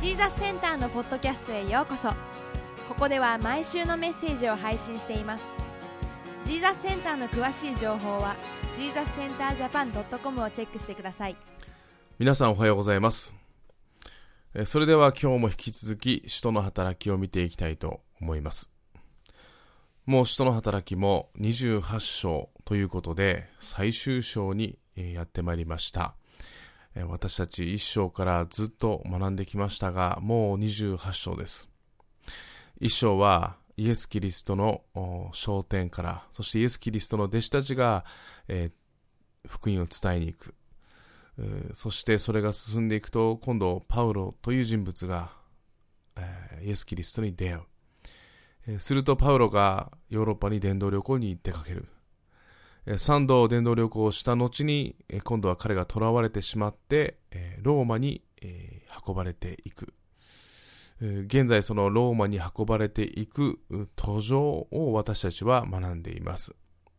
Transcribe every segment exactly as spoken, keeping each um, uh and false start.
ジーザスセンターのポッドキャストへようこそ。ここでは毎週のメッセージを配信しています。ジーザスセンターの詳しい情報は ジーザスセンタージャパンドットコム をチェックしてください。 皆さんおはようございます。それでは今日も引き続き使徒の働きを見ていきたいと思います。もう使徒の働きもにじゅうはち章ということで最終章にやってまいりました。私たちいっ章からずっと学んできましたが、もうにじゅうはち章です。いっ章はイエス・キリストの昇天から、そしてイエス・キリストの弟子たちが、えー、福音を伝えに行く。そしてそれが進んでいくと、今度パウロという人物が、えー、イエス・キリストに出会う。えー、するとパウロがヨーロッパに伝道旅行に出かける。三度伝道旅行をした後に、今度は彼が囚われてしまって、ローマに運ばれていく。現在そのローマに運ばれていく途上を私たちは学んでいます。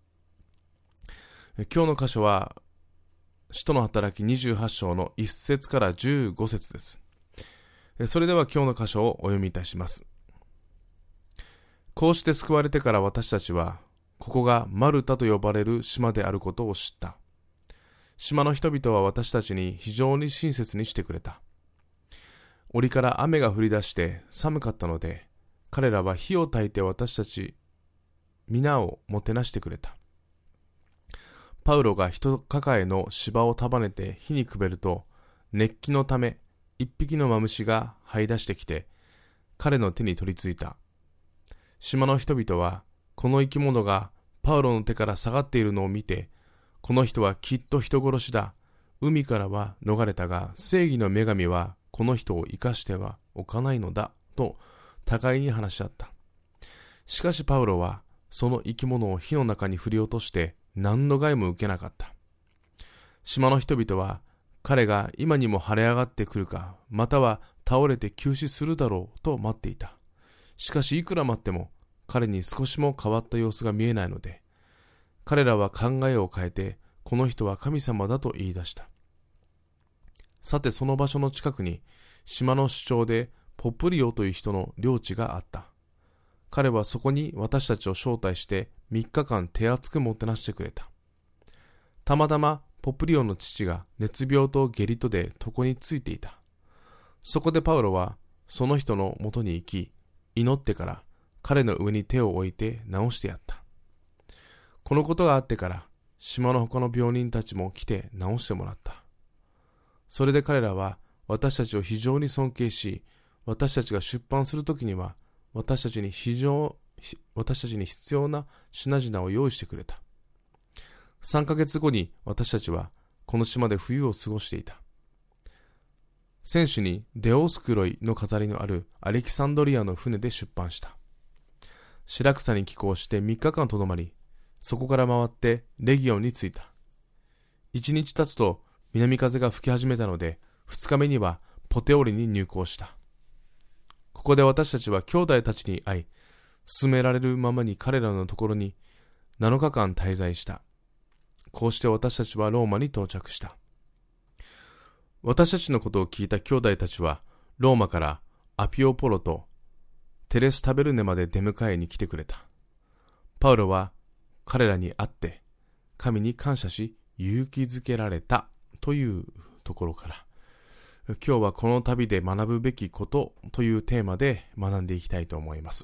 今日の箇所は、使徒の働きにじゅうはち章のいち節からじゅうご節です。それでは今日の箇所をお読みいたします。こうして救われてから私たちは、ここがマルタと呼ばれる島であることを知った。島の人々は私たちに非常に親切にしてくれた。折から雨が降り出して寒かったので、彼らは火を焚いて私たち皆をもてなしてくれた。パウロが人抱えの芝を束ねて火にくべると、熱気のため一匹のマムシが這い出してきて、彼の手に取り付いた。島の人々は、この生き物がパウロの手から下がっているのを見て、この人はきっと人殺しだ。海からは逃れたが、正義の女神はこの人を生かしてはおかないのだ、と互いに話し合った。しかしパウロは、その生き物を火の中に振り落として、何の害も受けなかった。島の人々は、彼が今にも晴れ上がってくるか、または倒れて急死するだろうと待っていた。しかしいくら待っても、彼に少しも変わった様子が見えないので、彼らは考えを変えて、この人は神様だと言い出した。さてその場所の近くに、島の首長でポプリオという人の領地があった。彼はそこに私たちを招待してみっかかん手厚くもてなしてくれた。たまたまポプリオの父が熱病と下痢とで床についていた。そこでパウロはその人のもとに行き、祈ってから彼の上に手を置いて治してやった。このことがあってから、島の他の病人たちも来て治してもらった。それで彼らは私たちを非常に尊敬し、私たちが出版するときには、私たちに非常、私たちに必要な品々を用意してくれた。さんかげつごに私たちはこの島で冬を過ごしていた。船首にデオスクロイの飾りのあるアレキサンドリアの船で出版した。白草に寄港してみっかかんとどまり、そこから回ってレギオンに着いた。一日経つと南風が吹き始めたので、二日目にはポテオリに入港した。ここで私たちは兄弟たちに会い、勧められるままに彼らのところになのかかん滞在した。こうして私たちはローマに到着した。私たちのことを聞いた兄弟たちは、ローマからアピオポロとテレスタベルネまで出迎えに来てくれた。パウロは彼らに会って神に感謝し勇気づけられたというところから、今日はこの旅で学ぶべきことというテーマで学んでいきたいと思います。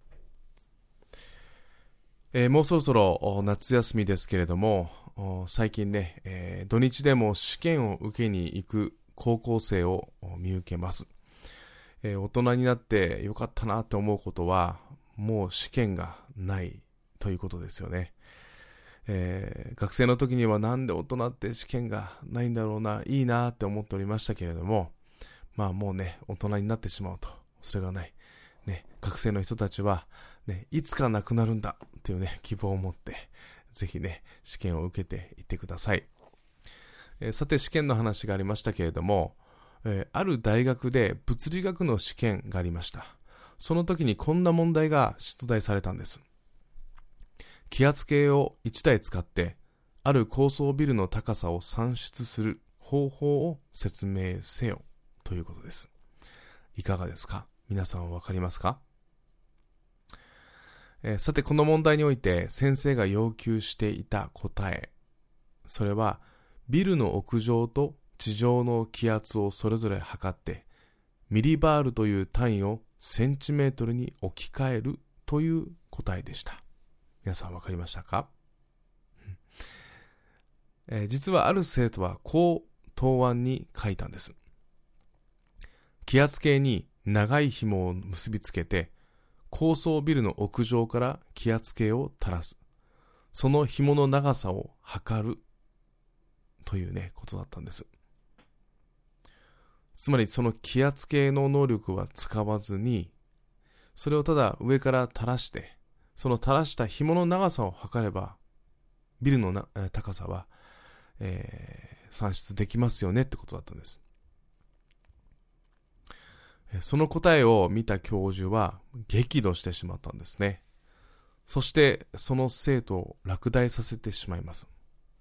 えー、もうそろそろ夏休みですけれども、最近ね、えー、土日でも試験を受けに行く高校生を見受けます。えー、大人になってよかったなって思うことは、もう試験がないということですよね。えー、学生の時にはなんで大人って試験がないんだろうな、いいなって思っておりましたけれども、まあもうね、大人になってしまうと、それがない。ね、学生の人たちは、ね、いつかなくなるんだっていうね、希望を持って、ぜひね、試験を受けていってください。えー、さて試験の話がありましたけれども、えー、ある大学で物理学の試験がありました。その時にこんな問題が出題されたんです。気圧計をいちだい使ってある高層ビルの高さを算出する方法を説明せよということです。 いかがですか？皆さんはわかりますか？えー、さてこの問題において先生が要求していた答え、それはビルの屋上と地上の気圧をそれぞれ測ってミリバールという単位をセンチメートルに置き換えるという答えでした。皆さんわかりましたか？えー、実はある生徒はこう答案に書いたんです。気圧計に長い紐を結びつけて高層ビルの屋上から気圧計を垂らす。その紐の長さを測るというね、ことだったんです。つまりその気圧計の能力は使わずに、それをただ上から垂らして、その垂らした紐の長さを測れば、ビルのな高さは、えー、算出できますよねってことだったんです。その答えを見た教授は激怒してしまったんですね。そしてその生徒を落第させてしまいます。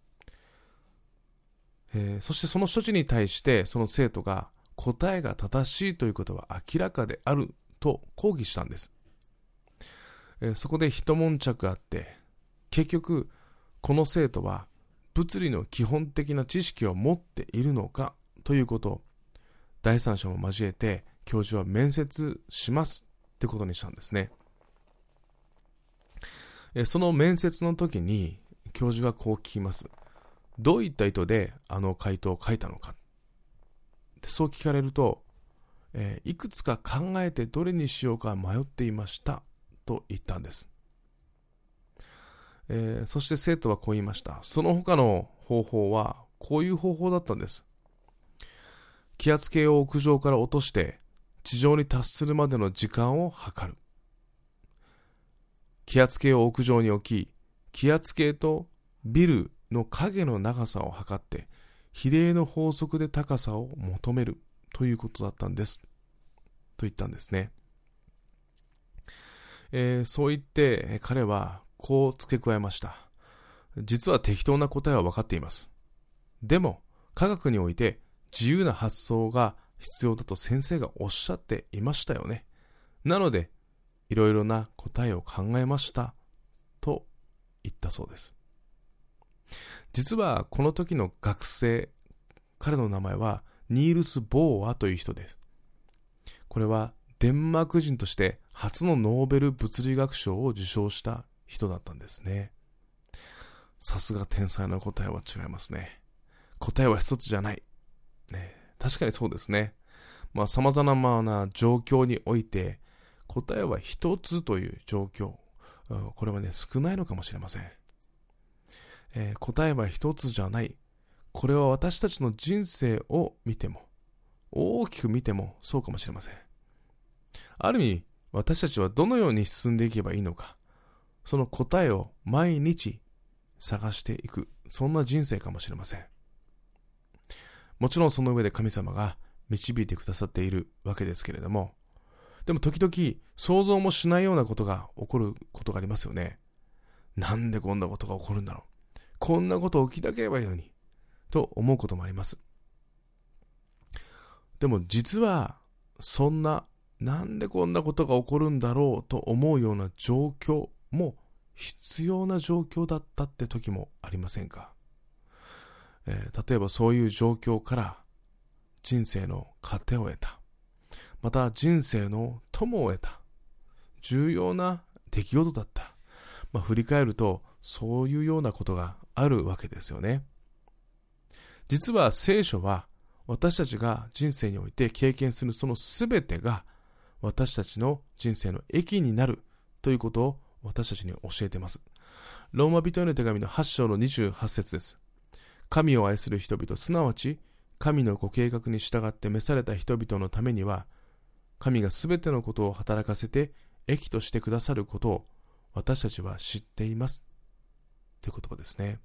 えー、そしてその処置に対してその生徒が答えが正しいということは明らかであると抗議したんです。えー、そこで一悶着あって、結局この生徒は物理の基本的な知識を持っているのかということを第三者も交えて教授は面接しますってことにしたんですね。えー、その面接の時に教授がこう聞きます。どういった意図であの回答を書いたのか。そう聞かれると、えー、いくつか考えてどれにしようか迷っていましたと言ったんです。えー、そして生徒はこう言いました。その他の方法はこういう方法だったんです。気圧計を屋上から落として地上に達するまでの時間を測る。気圧計を屋上に置き、気圧計とビルの影の長さを測って比例の法則で高さを求めるということだったんですと言ったんですね。えー、そう言って彼はこう付け加えました。実は適当な答えは分かっています。でも科学において自由な発想が必要だと先生がおっしゃっていましたよね。なのでいろいろな答えを考えましたと言ったそうです。実はこの時の学生、彼の名前はニールス・ボーアという人です。これはデンマーク人として初のノーベル物理学賞を受賞した人だったんですね。さすが天才の答えは違いますね。答えは一つじゃない。ね、確かにそうですね。まあ様々な状況において答えは一つという状況、これはね少ないのかもしれません。えー、答えは一つじゃない。これは私たちの人生を見ても、大きく見てもそうかもしれません。ある意味、私たちはどのように進んでいけばいいのか、その答えを毎日探していく、そんな人生かもしれません。もちろんその上で神様が導いてくださっているわけですけれども、でも時々想像もしないようなことが起こることがありますよね。なんでこんなことが起こるんだろう。こんなこと起きなければいいのにと思うこともあります。でも実はそんななんでこんなことが起こるんだろうと思うような状況も必要な状況だったって時もありませんか？えー、例えばそういう状況から人生の糧を得た、また人生の友を得た重要な出来事だった。まあ、振り返るとそういうようなことがあるわけですよね。実は聖書は私たちが人生において経験するそのすべてが私たちの人生の益になるということを私たちに教えています。ローマ人への手紙のはち章のにじゅうはち節です。神を愛する人々、すなわち神のご計画に従って召された人々のためには、神がすべてのことを働かせて益としてくださることを私たちは知っていますという言葉ですね。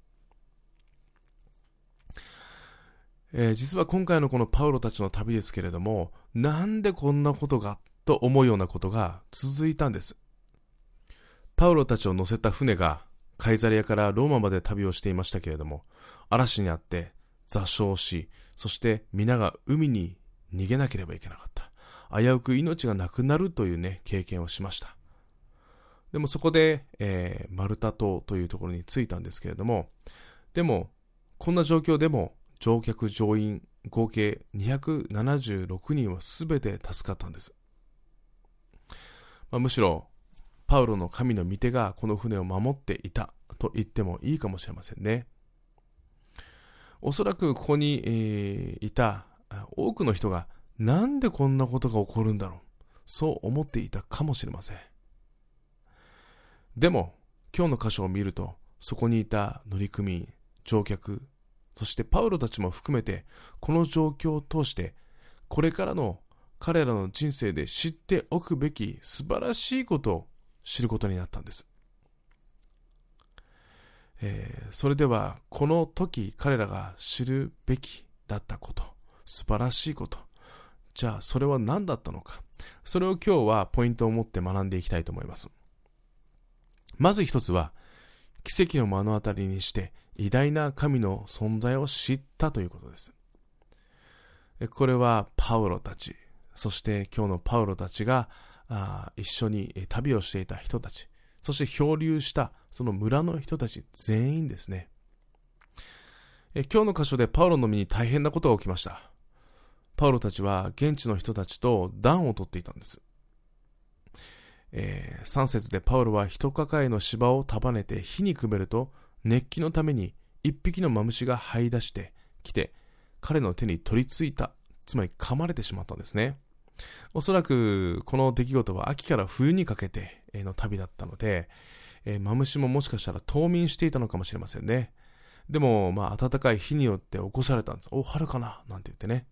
えー、実は今回のこのパウロたちの旅ですけれども、なんでこんなことがと思うようなことが続いたんです。パウロたちを乗せた船がカイザリアからローマまで旅をしていましたけれども、嵐にあって座礁し、そして皆が海に逃げなければいけなかった。 危うく命がなくなるというね、経験をしました。でもそこで、えー、マルタ島というところに着いたんですけれども、でも、こんな状況でも乗客乗員合計にひゃくななじゅうろくにんはすべて助かったんです。まあ、むしろ、パウロの神の御手がこの船を守っていたと言ってもいいかもしれませんね。おそらくここに、えー、いた多くの人がなんでこんなことが起こるんだろう、そう思っていたかもしれません。でも今日の箇所を見ると、そこにいた乗組員、乗客、そしてパウロたちも含めて、この状況を通してこれからの彼らの人生で知っておくべき素晴らしいことを知ることになったんです。えー、それではこの時彼らが知るべきだったこと、素晴らしいこと、じゃあそれは何だったのか、それを今日はポイントを持って学んでいきたいと思います。まず一つは、奇跡の目の当たりにして偉大な神の存在を知ったということです。これはパウロたち、そして今日のパウロたちがあ一緒に旅をしていた人たち、そして漂流したその村の人たち全員ですね。え今日の箇所でパウロの身に大変なことが起きました。パウロたちは現地の人たちと暖を取っていたんです。えー、さん節でパウロは一抱えの芝を束ねて火にくべると、熱気のために一匹のマムシが這い出してきて彼の手に取り付いた、つまり噛まれてしまったんですね。おそらくこの出来事は秋から冬にかけての旅だったので、えー、マムシももしかしたら冬眠していたのかもしれませんね。でもまあ暖かい火によって起こされたんです。お、春かななんて言ってね、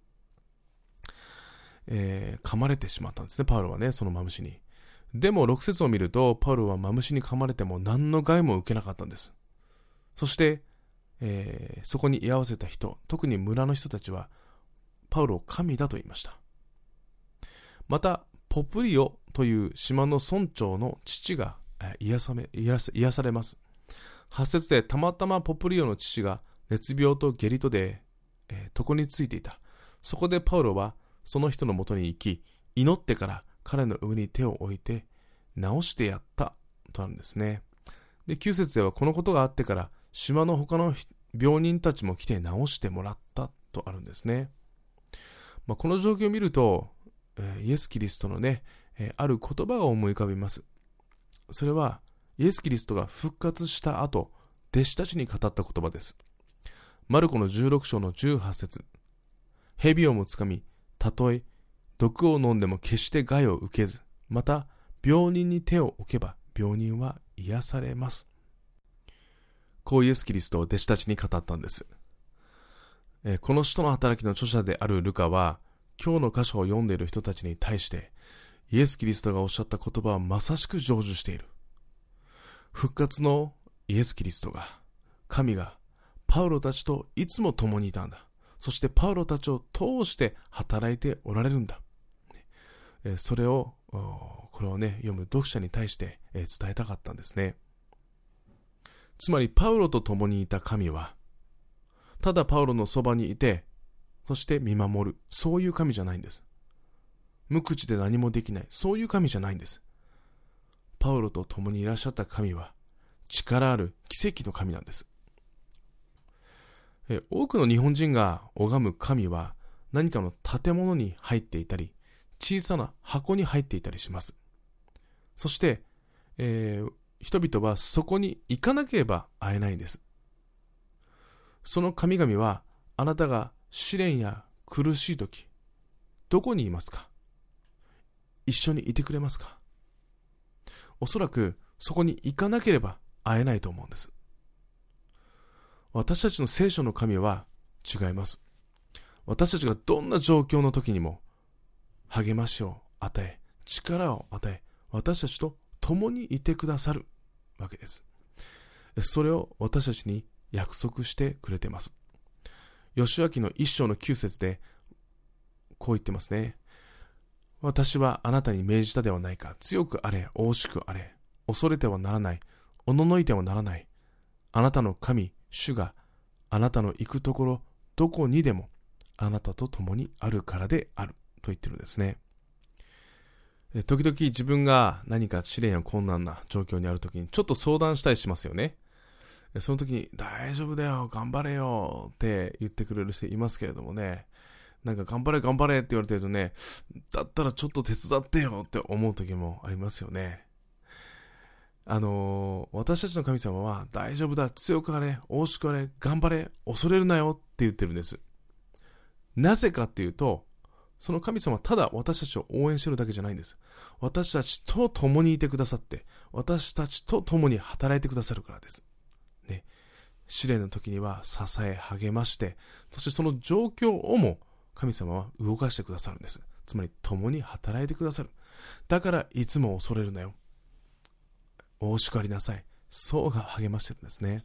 えー、噛まれてしまったんですね、パウロはね、そのマムシに。でもろく節を見ると、パウロはマムシに噛まれても何の害も受けなかったんです。そして、えー、そこに居合わせた人、特に村の人たちはパウロを神だと言いました。またポプリオという島の村長の父が癒さめ、癒さ、癒されます。はち節で、たまたまポプリオの父が熱病と下痢とで、えー、床についていた。そこでパウロはその人のもとに行き、祈ってから彼の上に手を置いて治してやったとあるんですね。で、きゅう節では、このことがあってから島の他の病人たちも来て治してもらったとあるんですね。まあ、この状況を見ると、えー、イエス・キリストのね、えー、ある言葉が思い浮かびます。それはイエス・キリストが復活した後、弟子たちに語った言葉です。マルコのじゅうろく章のじゅうはち節、蛇をもつかみ、たとえ毒を飲んでも決して害を受けず、また病人に手を置けば病人は癒されます。こうイエス・キリストを弟子たちに語ったんです。えー、この使徒の働きの著者であるルカは、今日の箇所を読んでいる人たちに対して、イエス・キリストがおっしゃった言葉はまさしく成就している。復活のイエス・キリストが、神がパウロたちといつも共にいたんだ。そしてパウロたちを通して働いておられるんだ。それを、これをね、読む読者に対して伝えたかったんですね。つまりパウロと共にいた神は、ただパウロのそばにいて、そして見守る、そういう神じゃないんです。無口で何もできない、そういう神じゃないんです。パウロと共にいらっしゃった神は、力ある奇跡の神なんです。え多くの日本人が拝む神は、何かの建物に入っていたり、小さな箱に入っていたりします。そして、えー、人々はそこに行かなければ会えないんです。その神々は、あなたが試練や苦しいとき、どこにいますか？一緒にいてくれますか？おそらくそこに行かなければ会えないと思うんです。私たちの聖書の神は違います。私たちがどんな状況の時にも励ましを与え、力を与え、私たちと共にいてくださるわけです。それを私たちに約束してくれています。義明の一章のきゅう節でこう言ってますね。私はあなたに命じたではないか。強くあれ、大しくあれ。恐れてはならない。おののいてはならない。あなたの神、主があなたの行くところどこにでもあなたと共にあるからである言ってるんですね。時々自分が何か試練や困難な状況にあるときにちょっと相談したりしますよね。その時に大丈夫だよ、頑張れよって言ってくれる人いますけれどもね、なんか頑張れ頑張れって言われてるとね、だったらちょっと手伝ってよって思う時もありますよね。あのー、私たちの神様は大丈夫だ、強くあれ、大しくあれ、頑張れ、恐れるなよって言ってるんです。なぜかっていうと、その神様はただ私たちを応援してるだけじゃないんです。私たちと共にいてくださって、私たちと共に働いてくださるからです。ね、試練の時には支え励まして、そしてその状況をも神様は動かしてくださるんです。つまり共に働いてくださる。だからいつも恐れるなよ、お叱りなさい、そうが励ましてるんですね。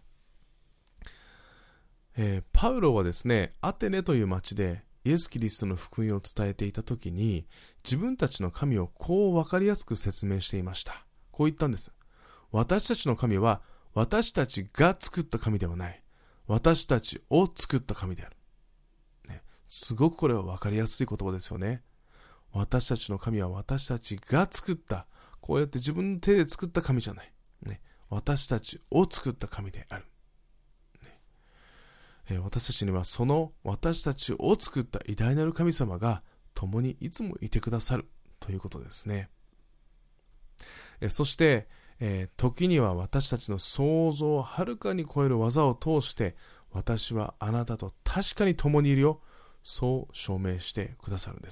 えー、パウロはですね、アテネという町でイエス・キリストの福音を伝えていたときに、自分たちの神をこう分かりやすく説明していました。こう言ったんです。私たちの神は私たちが作った神ではない、私たちを作った神である、ね、すごくこれは分かりやすい言葉ですよね。私たちの神は私たちが作った、こうやって自分の手で作った神じゃない、ね、私たちを作った神である、ねえー、私たちにはその私たちを作った偉大なる神様が共にいつもいてくださるということですね。えー、そして、えー、時には私たちの想像をはるかに超える技を通して、私はあなたと確かに共にいるよ、そう証明してくださるんです。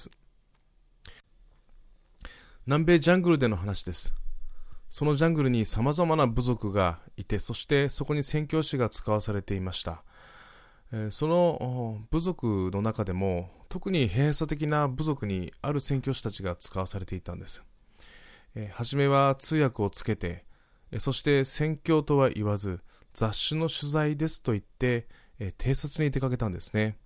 南米ジャングルでの話です。そのジャングルに様々な部族がいて、そしてそこに宣教師が使わされていました。えー、その部族の中でも特に閉鎖的な部族にある宣教師たちが使わされていたんです。えー、初めは通訳をつけて、えー、そして宣教とは言わず雑誌の取材ですと言って、えー、偵察に出かけたんですね。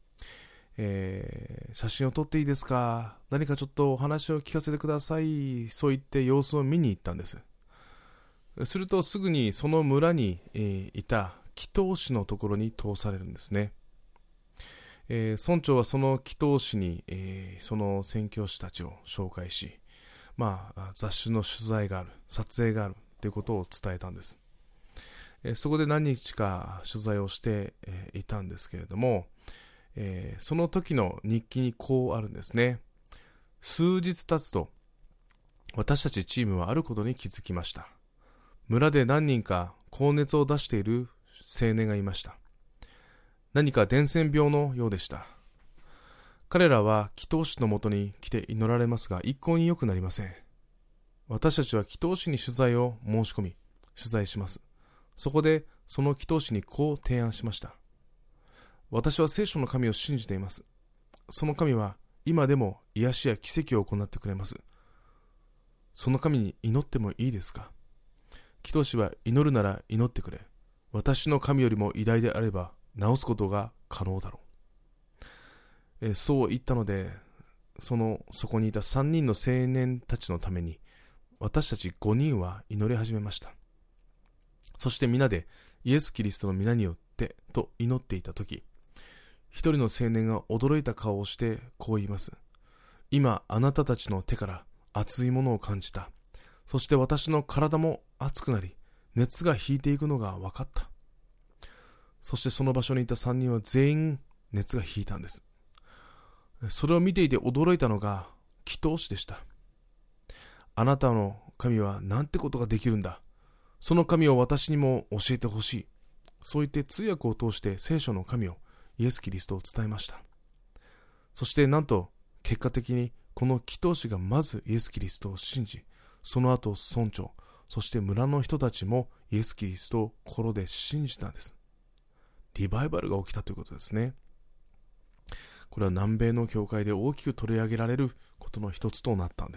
えー、写真を撮っていいですか、何かちょっとお話を聞かせてください、そう言って様子を見に行ったんです。するとすぐにその村に、えー、いた祈祷師のところに通されるんですね。えー、村長はその祈祷師に、えー、その宣教師たちを紹介し、まあ、雑誌の取材がある、撮影があるということを伝えたんです。えー、そこで何日か取材をして、えー、いたんですけれども、えー、その時の日記にこうあるんですね。数日経つと私たちチームはあることに気づきました。村で何人か高熱を出している青年がいました。何か伝染病のようでした。彼らは祈祷師のもとに来て祈られますが一向に良くなりません。私たちは祈祷師に取材を申し込み取材します。そこでその祈祷師にこう提案しました。私は聖書の神を信じています。その神は今でも癒しや奇跡を行ってくれます。その神に祈ってもいいですか。祈祷師は祈るなら祈ってくれ。私の神よりも偉大であれば治すことが可能だろう。えそう言ったので、そのそこにいたさんにんの青年たちのために私たちごにんは祈り始めました。そして皆でイエス・キリストの皆によってと祈っていたとき、一人の青年が驚いた顔をしてこう言います。今あなたたちの手から熱いものを感じた。そして私の体も熱くなり、熱が引いていくのが分かった。そしてその場所にいたさんにんは全員熱が引いたんです。それを見ていて驚いたのが祈祷師でした。あなたの神はなんてことができるんだ。その神を私にも教えてほしい。そう言って通訳を通して聖書の神をイエス・キリストを伝えました。そしてなんと結果的にこの祈祷師がまずイエス・キリストを信じ、その後村長、そして村の人たちもイエス・キリストを心で信じたんです。リバイバルが起きたということですね。これは南米の教会で大きく取り上げられることの一つとなったんです。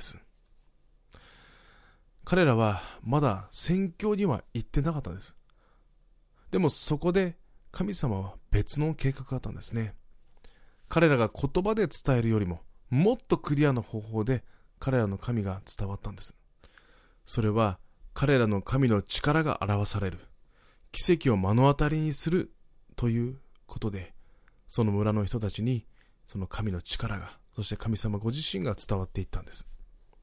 彼らはまだ宣教には行ってなかったんです。でもそこで神様は別の計画があったんですね。彼らが言葉で伝えるよりももっとクリアな方法で彼らの神が伝わったんです。それは彼らの神の力が表される、奇跡を目の当たりにするということで、その村の人たちにその神の力がそして神様ご自身が伝わっていったんです。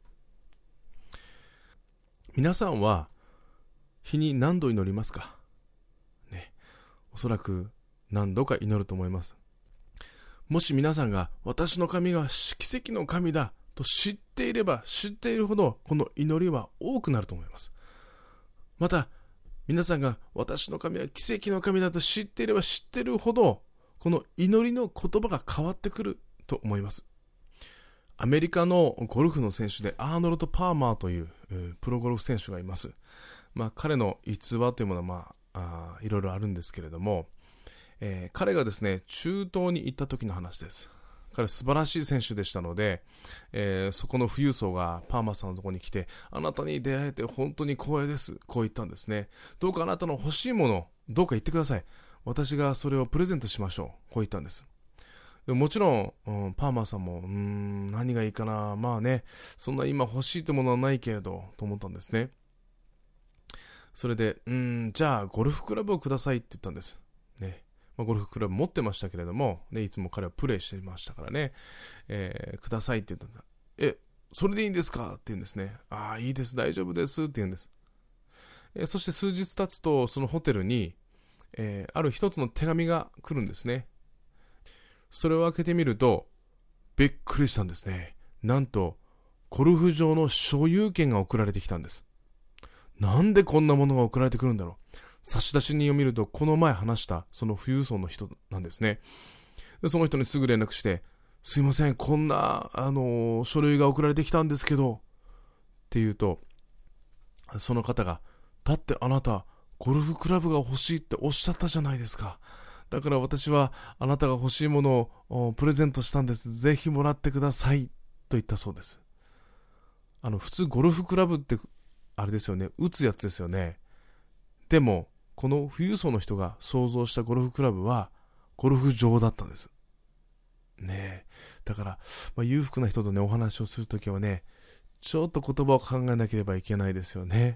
皆さんは日に何度祈りますかね。おそらく何度か祈ると思います。もし皆さんが私の神が奇跡の神だと知っていれば知っているほど、この祈りは多くなると思います。また皆さんが私の神は奇跡の神だと知っていれば知っているほど、この祈りの言葉が変わってくると思います。アメリカのゴルフの選手でアーノルド・パーマーという、えー、プロゴルフ選手がいます。まあ、彼の逸話というものは、まあ、あいろいろあるんですけれども、えー、彼がですね、中東に行った時の話です。彼素晴らしい選手でしたので、えー、そこの富裕層がパーマーさんのところに来て、あなたに出会えて本当に光栄です。こう言ったんですね。どうかあなたの欲しいもの、どうか言ってください。私がそれをプレゼントしましょう。こう言ったんです。でも、もちろん、うん、パーマーさんも、うーん、何がいいかな。まあね、そんな今欲しいというものはないけれど、と思ったんですね。それで、うーん、じゃあゴルフクラブをくださいって言ったんです。ね。まあ、ゴルフクラブ持ってましたけれども、ね、いつも彼はプレイしてましたからね、えー、くださいって言ったんだ。え、それでいいんですかって言うんですね。ああ、いいです、大丈夫ですって言うんです。えー、そして数日経つと、そのホテルに、えー、ある一つの手紙が来るんですね。それを開けてみると、びっくりしたんですね。なんと、ゴルフ場の所有権が送られてきたんです。なんでこんなものが送られてくるんだろう。差出人を見ると、この前話したその富裕層の人なんですね。でその人にすぐ連絡して、すいません、こんな、あのー、書類が送られてきたんですけどって言うと、その方が、だってあなたゴルフクラブが欲しいっておっしゃったじゃないですか。だから私はあなたが欲しいものをプレゼントしたんです。ぜひもらってくださいと言ったそうです。あの普通ゴルフクラブってあれですよね、打つやつですよね。でもこの富裕層の人が想像したゴルフクラブはゴルフ場だったんですね。えだから、まあ、裕福な人とねお話をするときはね、ちょっと言葉を考えなければいけないですよね。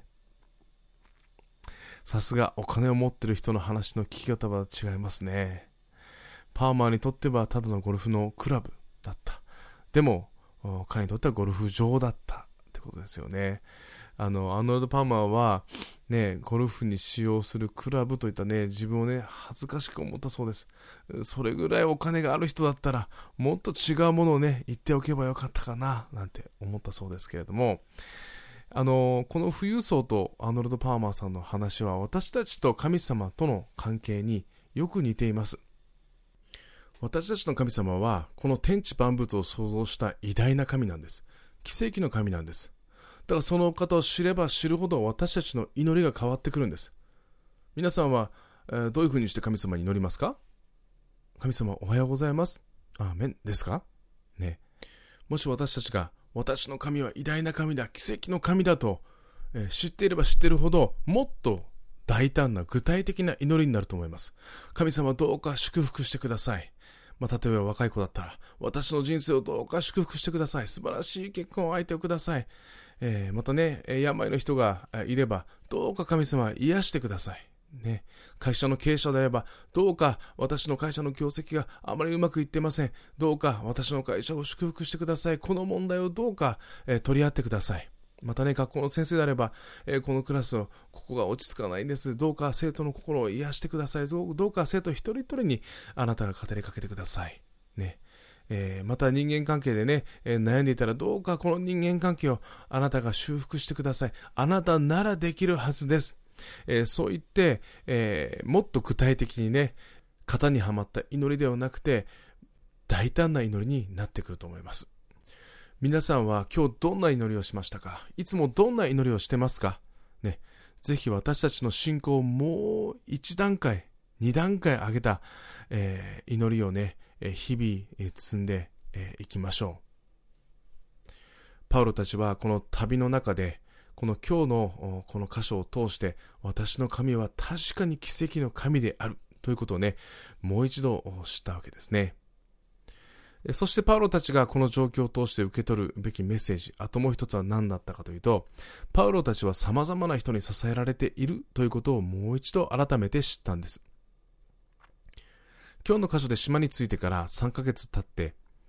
さすがお金を持ってる人の話の聞き方は違いますね。パーマーにとってはただのゴルフのクラブだった。でも彼にとってはゴルフ場だったってことですよね。あのアーノルド・パーマーはね、ゴルフに使用するクラブといったね、自分をね恥ずかしく思ったそうです。それぐらいお金がある人だったらもっと違うものをね言っておけばよかったかななんて思ったそうですけれども、あのこの富裕層とアーノルド・パーマーさんの話は私たちと神様との関係によく似ています。私たちの神様はこの天地万物を創造した偉大な神なんです。奇跡の神なんです。だからその方を知れば知るほど私たちの祈りが変わってくるんです。皆さんは、えー、どういうふうにして神様に祈りますか？神様おはようございます、アーメンですかね。もし私たちが私の神は偉大な神だ、奇跡の神だと、えー、知っていれば知っているほどもっと大胆な具体的な祈りになると思います。神様どうか祝福してください。まあ、例えば若い子だったら私の人生をどうか祝福してください。素晴らしい結婚相手をください。えー、またね病の人がいればどうか神様癒してください。ね、会社の経営者であればどうか私の会社の業績があまりうまくいってません。どうか私の会社を祝福してください。この問題をどうか、えー、取り合ってください。またね、学校の先生であれば、えー、このクラスをここが落ち着かないんです。どうか生徒の心を癒してください。どうか生徒一人一人にあなたが語りかけてください。ね。えー、また人間関係でね、えー、悩んでいたらどうかこの人間関係をあなたが修復してください。あなたならできるはずです。えー、そう言って、えー、もっと具体的にね、型にはまった祈りではなくて大胆な祈りになってくると思います。皆さんは今日どんな祈りをしましたか？いつもどんな祈りをしてますか？ね、ぜひ私たちの信仰をもう一段階、二段階上げた、えー、祈りをね、日々積んでいきましょう。パウロたちはこの旅の中でこの今日のこの箇所を通して私の神は確かに奇跡の神であるということをね、もう一度知ったわけですね。そしてパウロたちがこの状況を通して受け取るべきメッセージ、あともう一つは何だったかというと、パウロたちは様々な人に支えられているということをもう一度改めて知ったんです。今日の箇所で島に着いてからさんかげつ経って、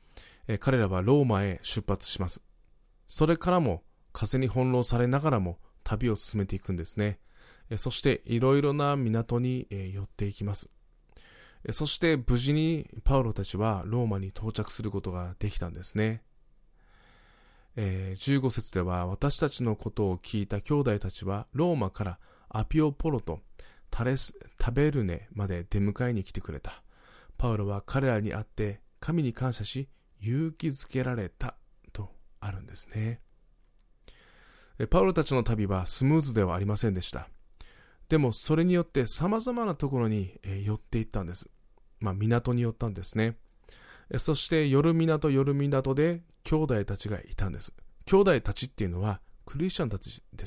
えー、彼らはローマへ出発します。それからも風に翻弄されながらも旅を進めていくんですね。えー、そしていろいろな港に、えー、寄っていきます。えー、そして無事にパウロたちはローマに到着することができたんですね。えー、じゅうご節では、私たちのことを聞いた兄弟たちはローマからアピオポロとタレスタベルネまで出迎えに来てくれた。パウロは彼らに会って神に感謝し勇気づけられたとあるんですね。パウロたちの旅はスムーズではありませんでした。でもそれによって様々なところに寄っていったんです。まあ港に寄ったんですね。そして夜港夜港で兄弟たちがいたんです。兄弟たちっていうのはクリスチャンたちです。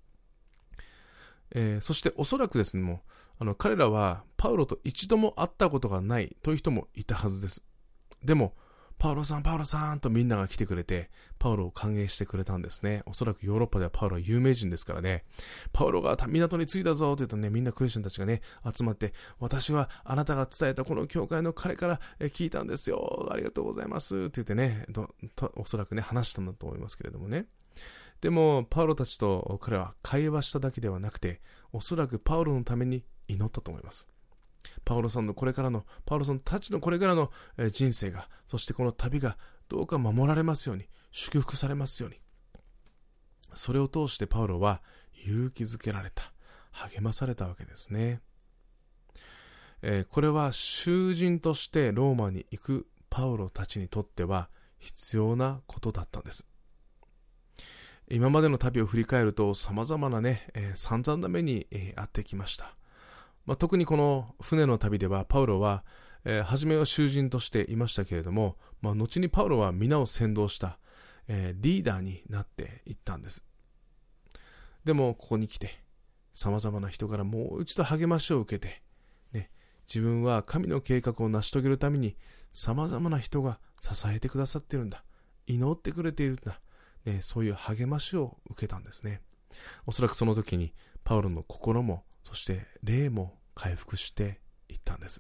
えー、そしておそらくですね、もうあの彼らはパウロと一度も会ったことがないという人もいたはずです。でもパウロさんパウロさんとみんなが来てくれてパウロを歓迎してくれたんですね。おそらくヨーロッパではパウロは有名人ですからね。パウロが港に着いたぞと言うとね、みんなクリスチャンたちがね集まって、私はあなたが伝えたこの教会の彼から聞いたんですよ、ありがとうございますって言ってね、ととおそらくね話したんだと思いますけれどもね。でもパウロたちと彼は会話しただけではなくて、おそらくパウロのために祈ったと思います。パウロさんのこれからの、パウロさんたちのこれからの人生が、そしてこの旅がどうか守られますように、祝福されますように。それを通してパウロは勇気づけられた、励まされたわけですね。えー、これは囚人としてローマに行くパウロたちにとっては必要なことだったんです。今までの旅を振り返ると様々なね、えー、散々な目に、えー、遭ってきました。まあ、特にこの船の旅ではパウロは、えー、初めは囚人としていましたけれども、まあ、後にパウロは皆を先導した、えー、リーダーになっていったんです。でもここに来て様々な人からもう一度励ましを受けて、ね、自分は神の計画を成し遂げるために様々な人が支えてくださっているんだ、祈ってくれているんだ、ね、そういう励ましを受けたんですね。おそらくその時にパウロの心も、そして霊も回復していったんです。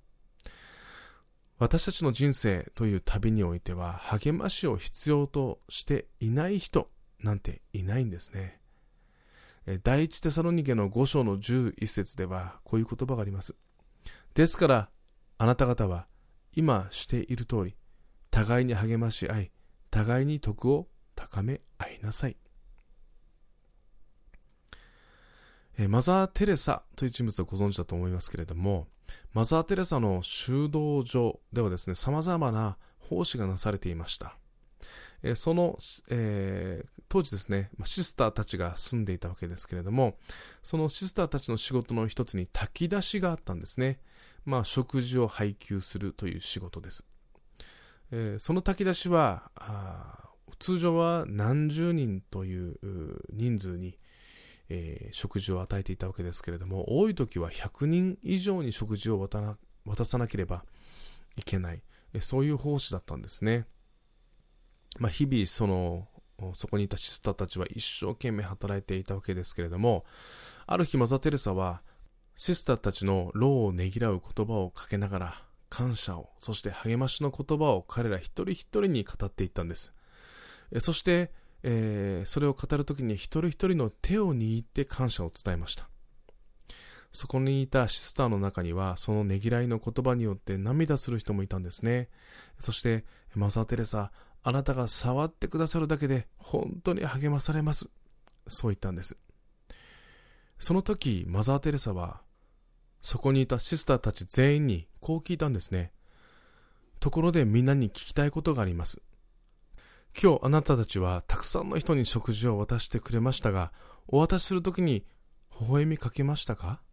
私たちの人生という旅においては励ましを必要としていない人なんていないんですね。第一テサロニケのご章のじゅういっ節ではこういう言葉があります。ですからあなた方は今している通り互いに励まし合い、互いに徳を高め合いなさい。マザー・テレサという人物をご存知だと思いますけれども、マザー・テレサの修道場ではですね、様々な奉仕がなされていました。その、えー、当時ですね、シスターたちが住んでいたわけですけれども、そのシスターたちの仕事の一つに炊き出しがあったんですね。まあ、食事を配給するという仕事です。えー、その炊き出しは、通常は何十人という人数に、えー、食事を与えていたわけですけれども、多い時はひゃくにん以上に食事を渡な、渡さなければいけない、えー、そういう奉仕だったんですね。まあ、日々そのそこにいたシスターたちは一生懸命働いていたわけですけれども、ある日マザー・テレサはシスターたちの労をねぎらう言葉をかけながら感謝を、そして励ましの言葉を彼ら一人一人に語っていったんです。えー、そしてえー、それを語るときに一人一人の手を握って感謝を伝えました。そこにいたシスターの中にはそのねぎらいの言葉によって涙する人もいたんですね。そしてマザー・テレサ、あなたが触ってくださるだけで本当に励まされます、そう言ったんです。その時マザー・テレサはそこにいたシスターたち全員にこう聞いたんですね。ところでみんなに聞きたいことがあります。今日あなたたちはたくさんの人に食事を渡してくれましたが、お渡しするときに微笑みかけましたか？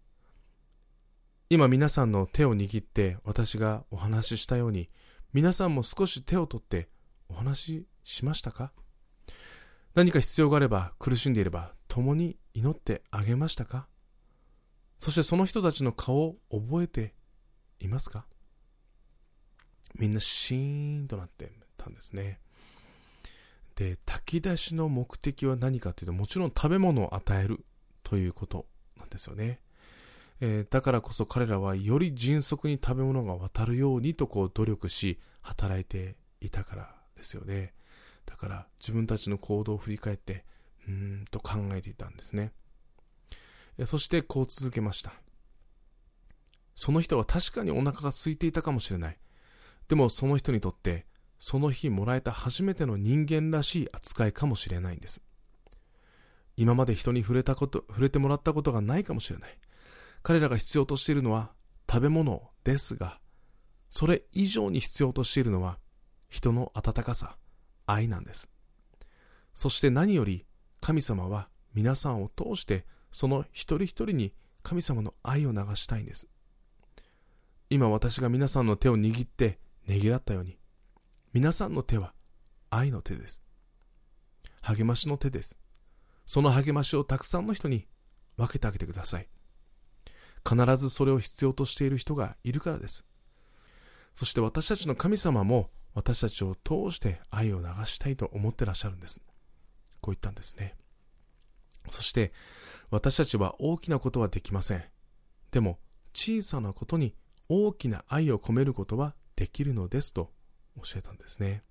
今皆さんの手を握って私がお話ししたように、皆さんも少し手を取ってお話ししましたか？何か必要があれば、苦しんでいれば共に祈ってあげましたか？そしてその人たちの顔を覚えていますか？みんなシーンとなってたんですね。で、炊き出しの目的は何かというと、もちろん食べ物を与えるということなんですよね。えー、だからこそ彼らはより迅速に食べ物が渡るようにとこう努力し働いていたからですよね。だから自分たちの行動を振り返って、うーんと考えていたんですね。そしてこう続けました。その人は確かにお腹が空いていたかもしれない。でもその人にとって、その日もらえた初めての人間らしい扱いかもしれないんです。今まで人に触れたこと、触れてもらったことがないかもしれない。彼らが必要としているのは食べ物ですが、それ以上に必要としているのは人の温かさ、愛なんです。そして何より神様は皆さんを通してその一人一人に神様の愛を流したいんです。今私が皆さんの手を握ってねぎらったように、皆さんの手は愛の手です。励ましの手です。その励ましをたくさんの人に分けてあげてください。必ずそれを必要としている人がいるからです。そして私たちの神様も私たちを通して愛を流したいと思ってらっしゃるんです。こう言ったんですね。そして私たちは大きなことはできません。でも小さなことに大きな愛を込めることはできるのですと教えたんですね。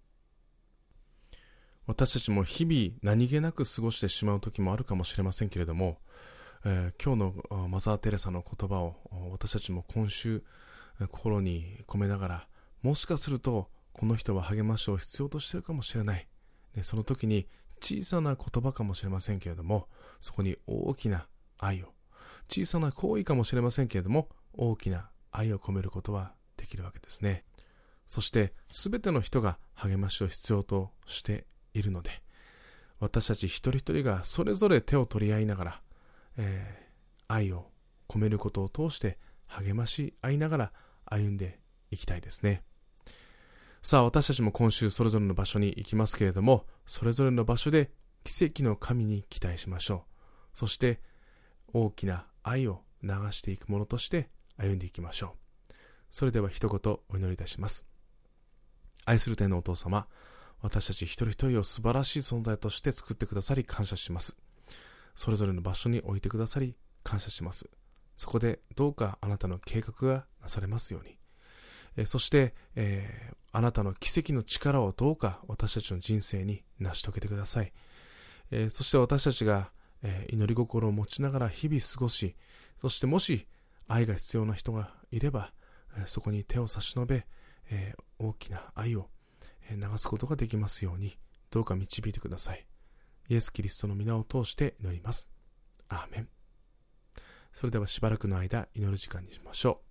私たちも日々何気なく過ごしてしまう時もあるかもしれませんけれども、えー、今日のマザー・テレサの言葉を私たちも今週心に込めながら、もしかするとこの人は励ましを必要としているかもしれない、ね、その時に小さな言葉かもしれませんけれども、そこに大きな愛を、小さな行為かもしれませんけれども大きな愛を込めることはできるわけですね。そして全ての人が励ましを必要としているので、私たち一人一人がそれぞれ手を取り合いながら、えー、愛を込めることを通して励まし合いながら歩んでいきたいですね。さあ、私たちも今週それぞれの場所に行きますけれども、それぞれの場所で奇跡の神に期待しましょう。そして大きな愛を流していくものとして歩んでいきましょう。それでは一言お祈りいたします。愛する天のお父様、私たち一人一人を素晴らしい存在として作ってくださり感謝します。それぞれの場所に置いてくださり感謝します。そこでどうかあなたの計画がなされますように、えそして、えー、あなたの奇跡の力をどうか私たちの人生に成し遂げてください。えー、そして私たちが、えー、祈り心を持ちながら日々過ごし、そしてもし愛が必要な人がいれば、えー、そこに手を差し伸べ、えー、大きな愛を流すことができますように、どうか導いてください。イエス・キリストの皆を通して祈ります。アーメン。それではしばらくの間祈る時間にしましょう。